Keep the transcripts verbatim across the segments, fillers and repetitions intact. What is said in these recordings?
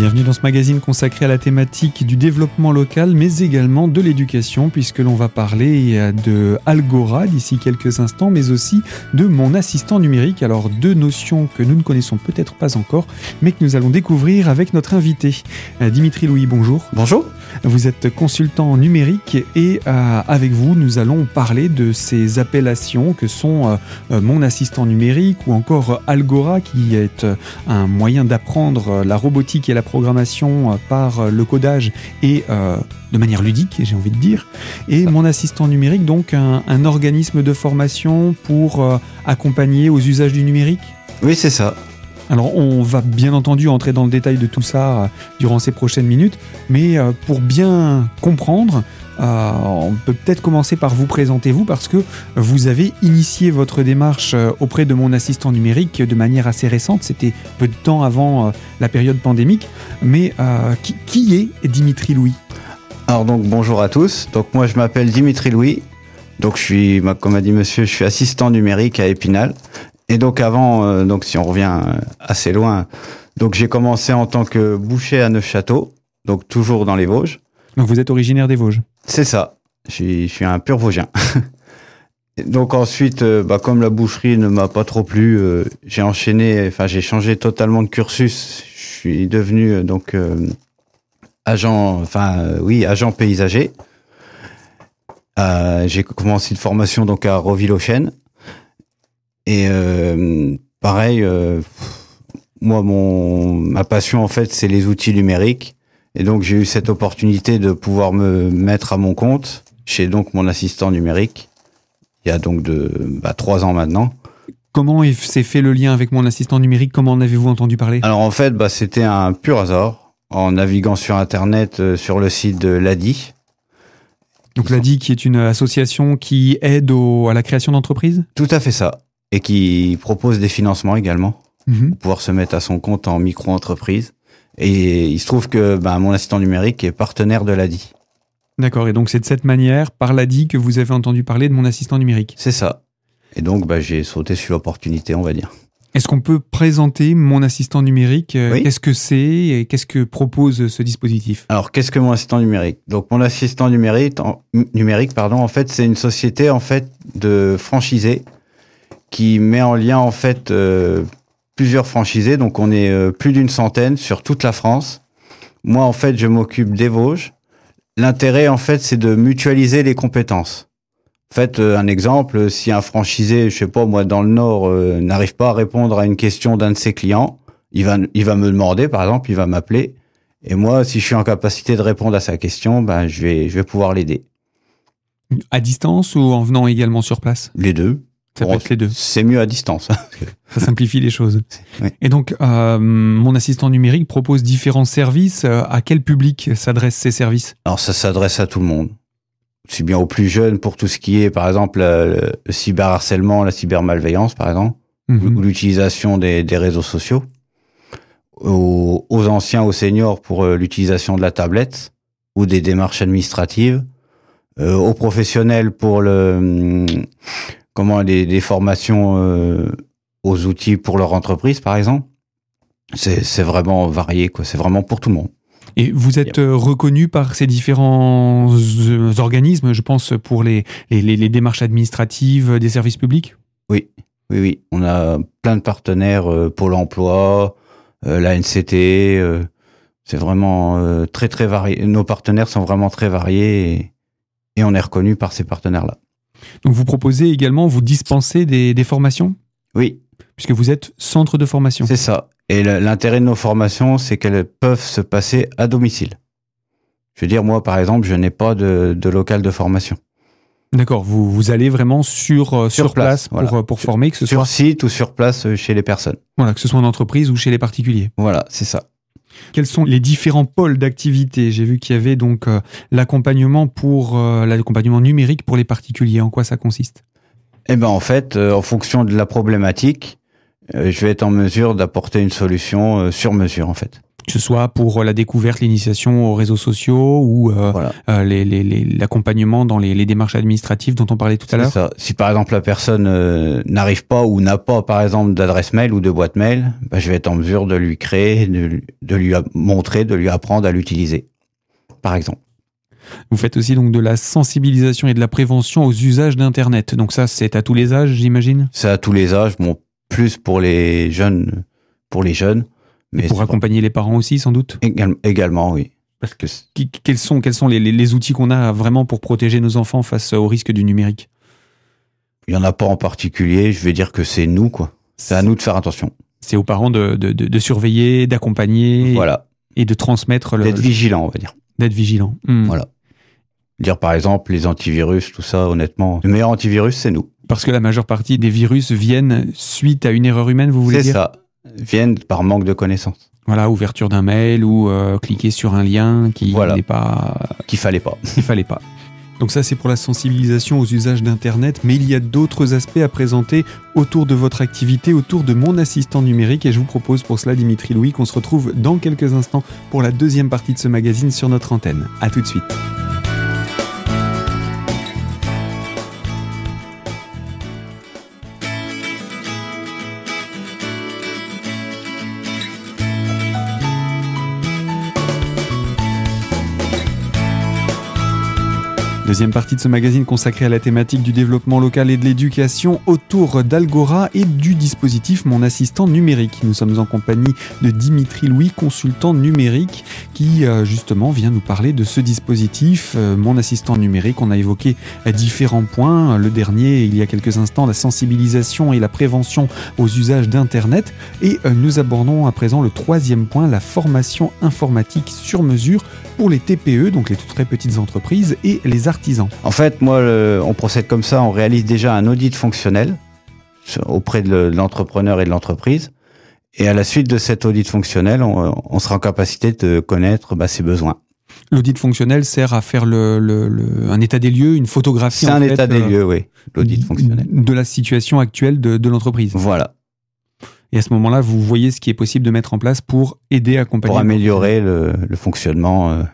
Bienvenue dans ce magazine consacré à la thématique du développement local, mais également de l'éducation, puisque l'on va parler de Algora d'ici quelques instants, mais aussi de mon assistant numérique. Alors, deux notions que nous ne connaissons peut-être pas encore, mais que nous allons découvrir avec notre invité. Dimitri Louis, bonjour. Bonjour. Vous êtes consultant numérique et euh, avec vous, nous allons parler de ces appellations que sont euh, mon assistant numérique ou encore Algora, qui est euh, un moyen d'apprendre la robotique et la programmation euh, par euh, le codage et euh, de manière ludique, j'ai envie de dire. Et mon assistant numérique, donc un, un organisme de formation pour euh, accompagner aux usages du numérique. Oui, c'est ça. Alors, on va bien entendu entrer dans le détail de tout ça euh, durant ces prochaines minutes, mais euh, pour bien comprendre, euh, on peut peut-être commencer par vous présenter, vous, parce que vous avez initié votre démarche euh, auprès de mon assistant numérique de manière assez récente, c'était peu de temps avant euh, la période pandémique, mais euh, qui, qui est Dimitri Louis ? Alors donc, bonjour à tous. Donc, moi, je m'appelle Dimitri Louis. Donc, je suis, comme a dit monsieur, je suis assistant numérique à Épinal. Et donc avant, euh, donc si on revient assez loin, donc j'ai commencé en tant que boucher à Neufchâteau, donc toujours dans les Vosges. Donc vous êtes originaire des Vosges ? C'est ça, je suis, je suis un pur Vosgien. Donc ensuite, euh, bah, comme la boucherie ne m'a pas trop plu, euh, j'ai enchaîné, enfin j'ai changé totalement de cursus. Je suis devenu euh, donc euh, agent, enfin euh, oui agent paysager. Euh, j'ai commencé une formation donc à Roville-aux-Chênes. Et euh, pareil, euh, moi, mon ma passion en fait, c'est les outils numériques. Et donc j'ai eu cette opportunité de pouvoir me mettre à mon compte chez donc mon assistant numérique. Il y a donc de bah, trois ans maintenant. Comment s'est fait le lien avec mon assistant numérique ? Comment en avez-vous entendu parler ? Alors en fait, bah, c'était un pur hasard en naviguant sur Internet euh, sur le site de l'A D I. Donc l'A D I, qui est une association qui aide au, à la création d'entreprises ? Tout à fait ça. Et qui propose des financements également, mmh. pour pouvoir se mettre à son compte en micro-entreprise. Et il se trouve que ben, mon assistant numérique est partenaire de l'A D I. D'accord, et donc c'est de cette manière, par l'A D I, que vous avez entendu parler de mon assistant numérique. C'est ça. Et donc ben, j'ai sauté sur l'opportunité, on va dire. Est-ce qu'on peut présenter mon assistant numérique ? Oui. Qu'est-ce que c'est et qu'est-ce que propose ce dispositif ? Alors, qu'est-ce que mon assistant numérique ? Donc, mon assistant numérique, en, numérique pardon, en fait, c'est une société en fait, de franchisés qui met en lien en fait euh, plusieurs franchisés, donc on est euh, plus d'une centaine sur toute la France. Moi en fait je m'occupe des Vosges. L'intérêt en fait c'est de mutualiser les compétences. En fait euh, un exemple, si un franchisé, je sais pas moi dans le Nord euh, n'arrive pas à répondre à une question d'un de ses clients, il va il va me demander par exemple, il va m'appeler et moi si je suis en capacité de répondre à sa question, ben je vais je vais pouvoir l'aider. À distance ou en venant également sur place ? Les deux. Ça Bon, peut être les deux. C'est mieux à distance. Ça simplifie les choses. Oui. Et donc, euh, mon assistant numérique propose différents services. À quel public s'adressent ces services ? Alors, ça s'adresse à tout le monde. Aussi bien aux plus jeunes pour tout ce qui est, par exemple, le, le cyberharcèlement, la cybermalveillance, par exemple, mmh. ou l'utilisation des, des réseaux sociaux. Aux, aux anciens, aux seniors pour l'utilisation de la tablette ou des démarches administratives. Euh, aux professionnels pour le... comment les, les formations euh, aux outils pour leur entreprise, par exemple. C'est, c'est vraiment varié, quoi. C'est vraiment pour tout le monde. Et vous êtes yep. reconnu par ces différents organismes, je pense, pour les, les, les démarches administratives des services publics ? Oui, oui, oui. On a plein de partenaires, euh, Pôle emploi, euh, la N C T. Euh, c'est vraiment euh, très, très varié. Nos partenaires sont vraiment très variés et, et on est reconnu par ces partenaires-là. Donc vous proposez également, vous dispensez des, des formations ? Oui. Puisque vous êtes centre de formation. C'est ça. Et l'intérêt de nos formations, c'est qu'elles peuvent se passer à domicile. Je veux dire, moi, par exemple, je n'ai pas de, de local de formation. D'accord. Vous, vous allez vraiment sur, sur, sur place, place pour, voilà. pour former, que ce sur soit... Sur site ou sur place chez les personnes. Voilà, que ce soit en entreprise ou chez les particuliers. Voilà, c'est ça. Quels sont les différents pôles d'activité ? J'ai vu qu'il y avait donc euh, l'accompagnement pour euh, l'accompagnement numérique pour les particuliers. En quoi ça consiste ? Eh ben en fait, euh, en fonction de la problématique, euh, je vais être en mesure d'apporter une solution euh, sur mesure en fait. Que ce soit pour la découverte, l'initiation aux réseaux sociaux ou euh, Voilà. euh, les, les, les, l'accompagnement dans les, les démarches administratives dont on parlait tout à C'est l'heure. ça. Si par exemple la personne euh, n'arrive pas ou n'a pas par exemple d'adresse mail ou de boîte mail, bah, je vais être en mesure de lui créer, de, de lui montrer, de lui apprendre à l'utiliser, par exemple. Vous faites aussi donc de la sensibilisation et de la prévention aux usages d'Internet. Donc ça, c'est à tous les âges, j'imagine. C'est à tous les âges, bon, plus pour les jeunes, pour les jeunes. Mais pour accompagner les parents aussi, sans doute. Égal, également, oui. Parce que quels sont, quels sont les, les, les outils qu'on a vraiment pour protéger nos enfants face au risque du numérique? Il n'y en a pas en particulier. Je vais dire que c'est nous, quoi. C'est à nous de faire attention. C'est aux parents de, de, de, de surveiller, d'accompagner. Voilà. Et de transmettre le. D'être vigilant, on va dire. D'être vigilant. Mmh. Voilà. Dire par exemple les antivirus, tout ça, honnêtement, le meilleur antivirus, c'est nous. Parce que la majeure partie des virus viennent suite à une erreur humaine, vous voulez dire? C'est ça. Viennent par manque de connaissances. Voilà, ouverture d'un mail ou euh, cliquer sur un lien qui voilà. n'est pas... Qu'il fallait pas. Qu'il fallait pas. Donc ça, c'est pour la sensibilisation aux usages d'Internet, mais il y a d'autres aspects à présenter autour de votre activité, autour de mon assistant numérique, et je vous propose pour cela, Dimitri Louis, qu'on se retrouve dans quelques instants pour la deuxième partie de ce magazine sur notre antenne. À tout de suite. Deuxième partie de ce magazine consacré à la thématique du développement local et de l'éducation autour d'Algora et du dispositif Mon Assistant Numérique. Nous sommes en compagnie de Dimitri Louis, consultant numérique, qui justement vient nous parler de ce dispositif Mon Assistant Numérique. On a évoqué différents points. Le dernier, il y a quelques instants, la sensibilisation et la prévention aux usages d'Internet. Et nous abordons à présent le troisième point, la formation informatique sur mesure pour les T P E, donc les toutes très petites entreprises, et les artisans. En fait, moi, le, on procède comme ça, on réalise déjà un audit fonctionnel auprès de l'entrepreneur et de l'entreprise. Et à la suite de cet audit fonctionnel, on, on sera en capacité de connaître bah, ses besoins. L'audit fonctionnel sert à faire le, le, le, un état des lieux, une photographie. C'est en un fait, état des euh, lieux, oui, l'audit fonctionnel. De la situation actuelle de, de l'entreprise. Voilà. Et à ce moment-là, vous voyez ce qui est possible de mettre en place pour aider à accompagner. Pour améliorer le, le fonctionnement euh,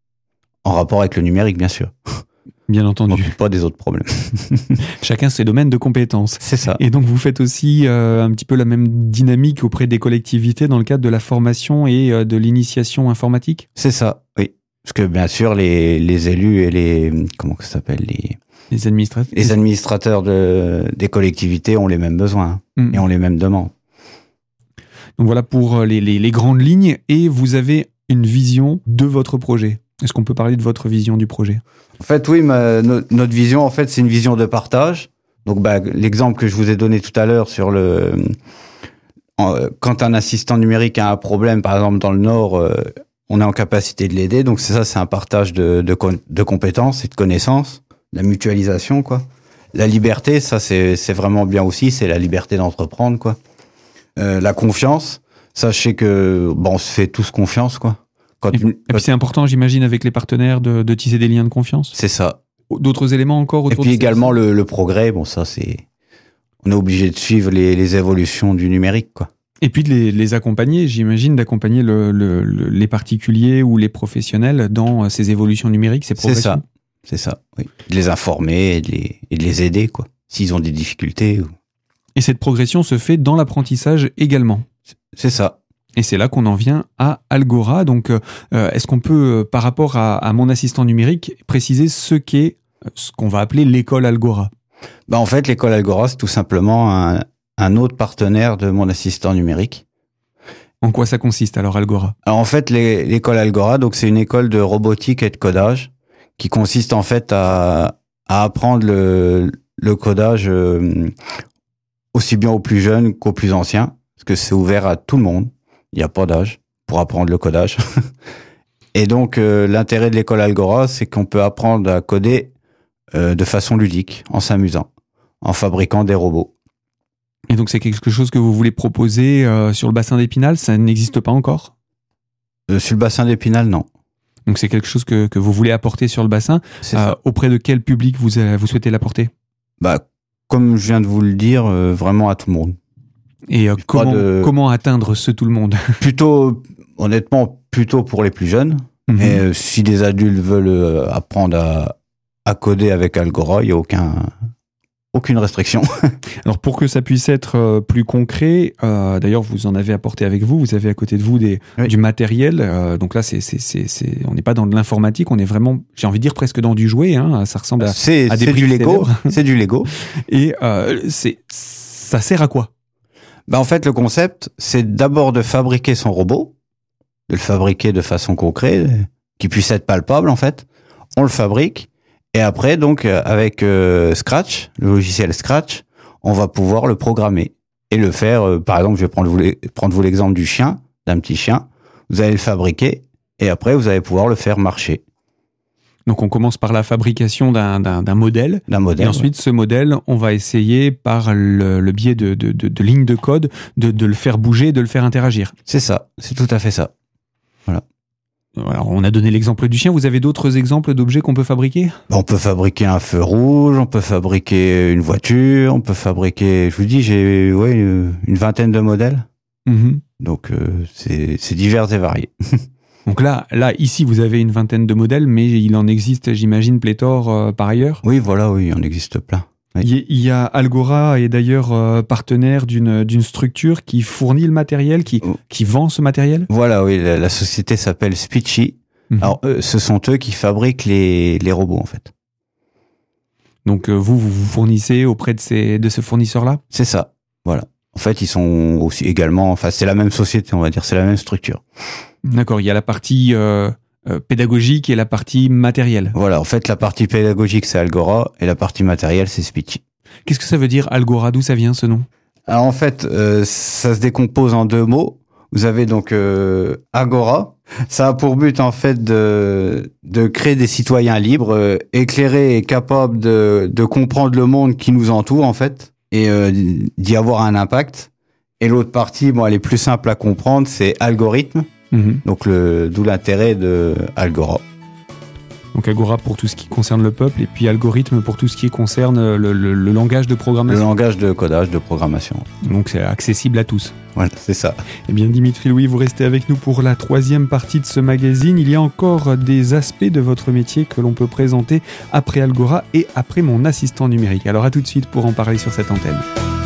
en rapport avec le numérique, bien sûr. Bien entendu. On ne s'occupe pas des autres problèmes. Chacun ses domaines de compétences. C'est ça. Et donc, vous faites aussi euh, un petit peu la même dynamique auprès des collectivités dans le cadre de la formation et euh, de l'initiation informatique? C'est ça, oui. Parce que bien sûr, les, les élus et les... Comment ça s'appelle les... Les administrateurs. Les administrateurs de, des collectivités ont les mêmes besoins mmh. et ont les mêmes demandes. Donc voilà pour les, les, les grandes lignes. Et vous avez une vision de votre projet. Est-ce qu'on peut parler de votre vision du projet? En fait, oui, ma, no, notre vision, en fait, c'est une vision de partage. Donc, bah, l'exemple que je vous ai donné tout à l'heure sur le... Euh, quand un assistant numérique a un problème, par exemple, dans le Nord, euh, on est en capacité de l'aider. Donc, c'est ça, c'est un partage de, de, de compétences et de connaissances, la mutualisation, quoi. La liberté, ça, c'est, c'est vraiment bien aussi. C'est la liberté d'entreprendre, quoi. Euh, la confiance, sachez que bon, on se fait tous confiance, quoi. Quand, et, quand... et puis c'est important, j'imagine, avec les partenaires de, de tisser des liens de confiance. C'est ça. D'autres éléments encore autour. Et puis de également le, le progrès. Bon, ça c'est, on est obligé de suivre les, les évolutions du numérique, quoi. Et puis de les, les accompagner, j'imagine, d'accompagner le, le, le, les particuliers ou les professionnels dans ces évolutions numériques, ces progressions. C'est ça. C'est ça. Oui. De les informer et de les, et de les aider, quoi. S'ils ont des difficultés. Ou... Et cette progression se fait dans l'apprentissage également. C'est ça. Et c'est là qu'on en vient à Algora. Donc, euh, est-ce qu'on peut, par rapport à, à mon assistant numérique, préciser ce qu'est ce qu'on va appeler l'école Algora? Bah, en fait, l'école Algora, c'est tout simplement un, un autre partenaire de mon assistant numérique. En quoi ça consiste alors, Algora? Alors, en fait, les, l'école Algora, donc c'est une école de robotique et de codage qui consiste en fait à, à apprendre le, le codage euh, aussi bien aux plus jeunes qu'aux plus anciens, parce que c'est ouvert à tout le monde. Il n'y a pas d'âge pour apprendre le codage. Et donc, euh, l'intérêt de l'école Algora, c'est qu'on peut apprendre à coder euh, de façon ludique, en s'amusant, en fabriquant des robots. Et donc, c'est quelque chose que vous voulez proposer euh, sur le bassin d'Épinal? Ça n'existe pas encore? euh, Sur le bassin d'Épinal, non. Donc, c'est quelque chose que, que vous voulez apporter sur le bassin. Euh, auprès de quel public vous, vous souhaitez l'apporter? Bah, comme je viens de vous le dire, euh, vraiment à tout le monde. Et euh, comment, de... comment atteindre ce tout le monde? Plutôt, honnêtement, plutôt pour les plus jeunes. Mmh. Mais euh, si des adultes veulent euh, apprendre à, à coder avec Algora, il n'y a aucun, aucune restriction. Alors pour que ça puisse être euh, plus concret, euh, d'ailleurs vous en avez apporté avec vous, vous avez à côté de vous des, Oui. du matériel, euh, donc là c'est, c'est, c'est, c'est, on n'est pas dans de l'informatique, on est vraiment, j'ai envie de dire presque dans du jouet, hein, ça ressemble à, C'est, à des c'est du briques Lego. célèbres. C'est du Lego. Et euh, c'est, ça sert à quoi? Bah, en fait, le concept, c'est d'abord de fabriquer son robot, de le fabriquer de façon concrète, qui puisse être palpable, en fait. On le fabrique. Et après, donc, euh, avec euh, Scratch, le logiciel Scratch, on va pouvoir le programmer et le faire. Euh, par exemple, je vais prendre vous, prendre vous l'exemple du chien, d'un petit chien. Vous allez le fabriquer et après, vous allez pouvoir le faire marcher. Donc on commence par la fabrication d'un, d'un, d'un modèle, D'un modèle. et ensuite ce modèle, on va essayer par le, le biais de, de, de, de lignes de code de, de le faire bouger, de le faire interagir. C'est ça, c'est tout à fait ça. Alors on a donné l'exemple du chien, vous avez d'autres exemples d'objets qu'on peut fabriquer? On peut fabriquer un feu rouge, on peut fabriquer une voiture, on peut fabriquer, je vous dis, j'ai ouais, une vingtaine de modèles. Mmh. Donc euh, c'est, c'est divers et varié. Donc là, là, ici, vous avez une vingtaine de modèles, mais il en existe, j'imagine, pléthore euh, par ailleurs. Oui, voilà, oui, on existe plein. Oui. Il y, il y a Algora est d'ailleurs euh, partenaire d'une, d'une structure qui fournit le matériel, qui, Oh. qui vend ce matériel. Voilà, oui, la, la société s'appelle Speechy. Mhm. Alors, eux, ce sont eux qui fabriquent les, les robots, en fait. Donc euh, vous, vous vous fournissez auprès de, ces, de ce fournisseur-là? C'est ça, voilà. En fait, ils sont aussi également, enfin, c'est la même société, on va dire, c'est la même structure. D'accord, il y a la partie euh, euh, pédagogique et la partie matérielle. Voilà, en fait, la partie pédagogique, c'est Algora, et la partie matérielle, c'est Speechy. Qu'est-ce que ça veut dire Algora? D'où ça vient ce nom? Alors, en fait, euh, ça se décompose en deux mots. Vous avez donc euh, Agora. Ça a pour but, en fait, de, de créer des citoyens libres, euh, éclairés et capables de, de comprendre le monde qui nous entoure, en fait, et euh, d'y avoir un impact. Et l'autre partie, bon, elle est plus simple à comprendre, c'est algorithme. Mmh. Donc, le, d'où l'intérêt de Algora. Donc Agora pour tout ce qui concerne le peuple, et puis algorithme pour tout ce qui concerne le, le, le langage de Le programmation. langage de codage, de programmation. Donc c'est accessible à tous. Voilà, c'est ça. Eh bien, Dimitri Louis, vous restez avec nous pour la troisième partie de ce magazine. Il y a encore des aspects de votre métier que l'on peut présenter après Algora et après mon assistant numérique. Alors à tout de suite pour en parler sur cette antenne.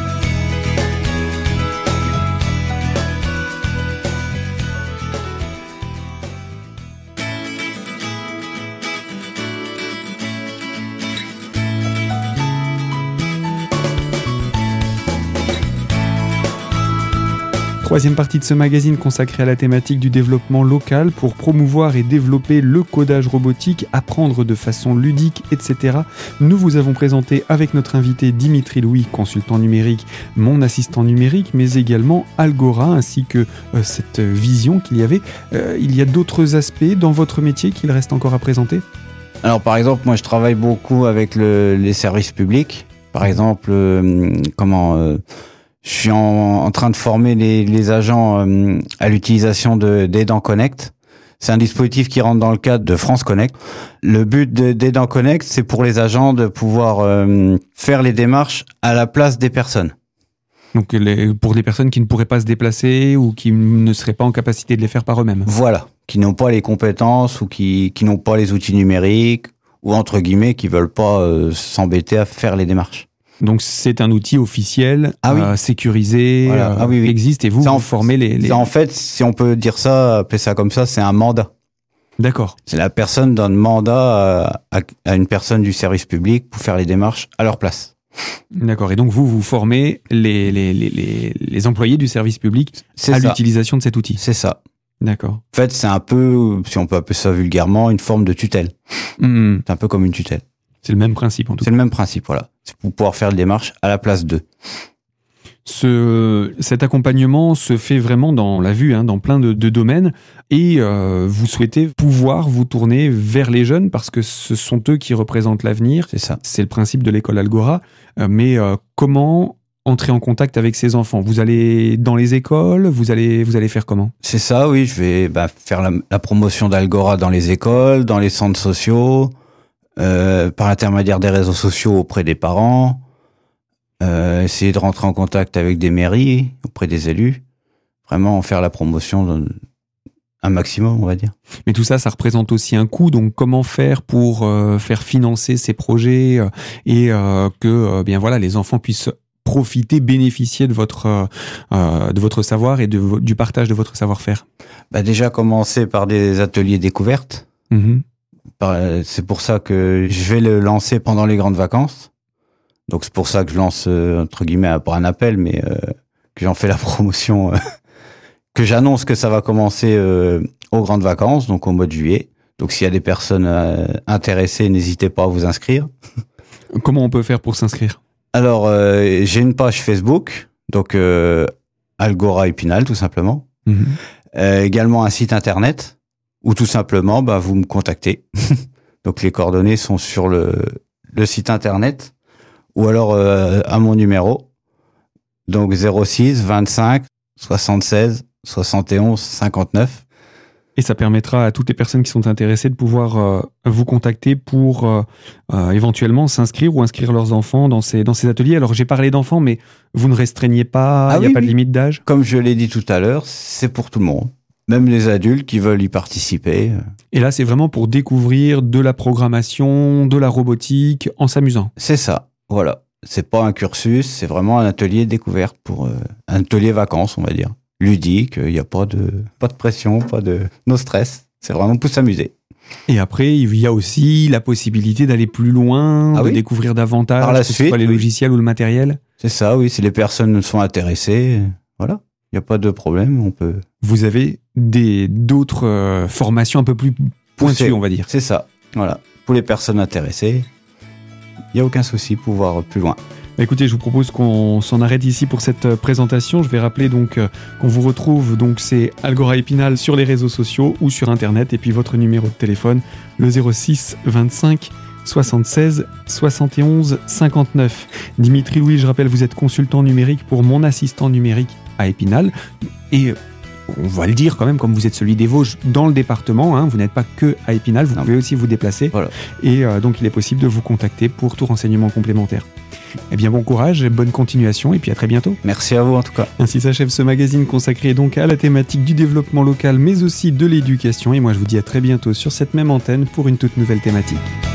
Troisième partie de ce magazine consacrée à la thématique du développement local pour promouvoir et développer le codage robotique, apprendre de façon ludique, et cetera. Nous vous avons présenté avec notre invité Dimitri Louis, consultant numérique, mon assistant numérique, mais également Algora, ainsi que euh, cette vision qu'il y avait. Euh, il y a d'autres aspects dans votre métier qu'il reste encore à présenter? Alors, par exemple, moi, je travaille beaucoup avec le, les services publics. Par exemple, euh, comment... Euh, je suis en, en train de former les, les agents euh, à l'utilisation de d'Aidant Connect. C'est un dispositif qui rentre dans le cadre de France Connect. Le but de, d'Aidant Connect, c'est pour les agents de pouvoir euh, faire les démarches à la place des personnes. Donc les, pour les personnes qui ne pourraient pas se déplacer ou qui ne seraient pas en capacité de les faire par eux-mêmes. Voilà, qui n'ont pas les compétences ou qui, qui n'ont pas les outils numériques ou entre guillemets qui veulent pas euh, s'embêter à faire les démarches. Donc c'est un outil officiel, ah oui. euh, sécurisé, voilà. euh, ah oui, oui. qui existe et vous, ça vous en, formez les... les... Ça, en fait, si on peut dire ça, appeler ça comme ça, c'est un mandat. D'accord. C'est la personne donne mandat à, à, à une personne du service public pour faire les démarches à leur place. D'accord. Et donc vous, vous formez les, les, les, les, les employés du service public c'est à ça. l'utilisation de cet outil. C'est ça. D'accord. En fait, c'est un peu, si on peut appeler ça vulgairement, une forme de tutelle. Mmh. C'est un peu comme une tutelle. C'est le même principe en tout cas. C'est le même principe, voilà. C'est pour pouvoir faire les démarches à la place d'eux. Ce, cet accompagnement se fait vraiment dans, on l'a vu, hein, dans plein de, de domaines et euh, vous souhaitez pouvoir vous tourner vers les jeunes parce que ce sont eux qui représentent l'avenir. C'est ça. C'est le principe de l'école Algora. Euh, mais euh, comment entrer en contact avec ces enfants? Vous allez dans les écoles? Vous allez, vous allez faire comment? C'est ça, oui. Je vais bah, faire la, la promotion d'Algora dans les écoles, dans les centres sociaux, euh, par l'intermédiaire des réseaux sociaux auprès des parents. Euh, essayer de rentrer en contact avec des mairies, auprès des élus, vraiment faire la promotion de, un maximum, on va dire. Mais tout ça, ça représente aussi un coût. Donc, comment faire pour euh, faire financer ces projets euh, et euh, que euh, bien voilà, les enfants puissent profiter, bénéficier de votre euh, de votre savoir et de, du partage de votre savoir-faire? Bah déjà, commencer par des ateliers découvertes. Mmh. C'est pour ça que je vais le lancer pendant les grandes vacances. Donc, c'est pour ça que je lance, euh, entre guillemets, pas un appel, mais euh, que j'en fais la promotion, euh, que j'annonce que ça va commencer euh, aux grandes vacances, donc au mois de juillet. Donc, s'il y a des personnes euh, intéressées, n'hésitez pas à vous inscrire. Comment on peut faire pour s'inscrire? Alors, euh, j'ai une page Facebook, donc euh, Algora Épinal, tout simplement. Mmh. Euh, également un site internet, ou tout simplement, bah, vous me contactez. Donc, les coordonnées sont sur le, le site internet, ou alors euh, à mon numéro. Donc, zéro six vingt-cinq soixante-seize soixante et onze cinquante-neuf. Et ça permettra à toutes les personnes qui sont intéressées de pouvoir euh, vous contacter pour euh, euh, éventuellement s'inscrire ou inscrire leurs enfants dans ces, dans ces ateliers. Alors, j'ai parlé d'enfants, mais vous ne restreignez pas, il ah n'y oui, a pas oui. de limite d'âge? Comme je l'ai dit tout à l'heure, c'est pour tout le monde. Même les adultes qui veulent y participer. Et là, c'est vraiment pour découvrir de la programmation, de la robotique, en s'amusant. C'est ça, voilà. C'est pas un cursus, c'est vraiment un atelier découverte pour euh, un atelier vacances, on va dire. Ludique, il n'y a pas de, pas de pression, pas de no stress. C'est vraiment pour s'amuser. Et après, il y a aussi la possibilité d'aller plus loin, ah de oui découvrir davantage, Par la que ce suite, soit les oui. logiciels ou le matériel. C'est ça, oui. Si les personnes sont intéressées, voilà. Il n'y a pas de problème, on peut... Vous avez des, d'autres euh, formations un peu plus pointues, c'est, on va dire. C'est ça, voilà. Pour les personnes intéressées, il n'y a aucun souci pour voir plus loin. Écoutez, je vous propose qu'on s'en arrête ici pour cette présentation. Je vais rappeler donc euh, qu'on vous retrouve, donc c'est Algora Épinal sur les réseaux sociaux ou sur Internet, et puis votre numéro de téléphone, le zéro six vingt-cinq soixante-seize soixante et onze cinquante-neuf. Dimitri Louis, je rappelle, vous êtes consultant numérique pour Mon Assistant Numérique à Épinal, et on va le dire quand même, comme vous êtes celui des Vosges dans le département, hein, vous n'êtes pas que à Épinal, vous non. pouvez aussi vous déplacer, voilà. Et euh, donc il est possible de vous contacter pour tout renseignement complémentaire. Eh bien bon courage, bonne continuation, et puis à très bientôt. Merci à vous en tout cas. Ainsi s'achève ce magazine consacré donc à la thématique du développement local, mais aussi de l'éducation, et moi je vous dis à très bientôt sur cette même antenne pour une toute nouvelle thématique.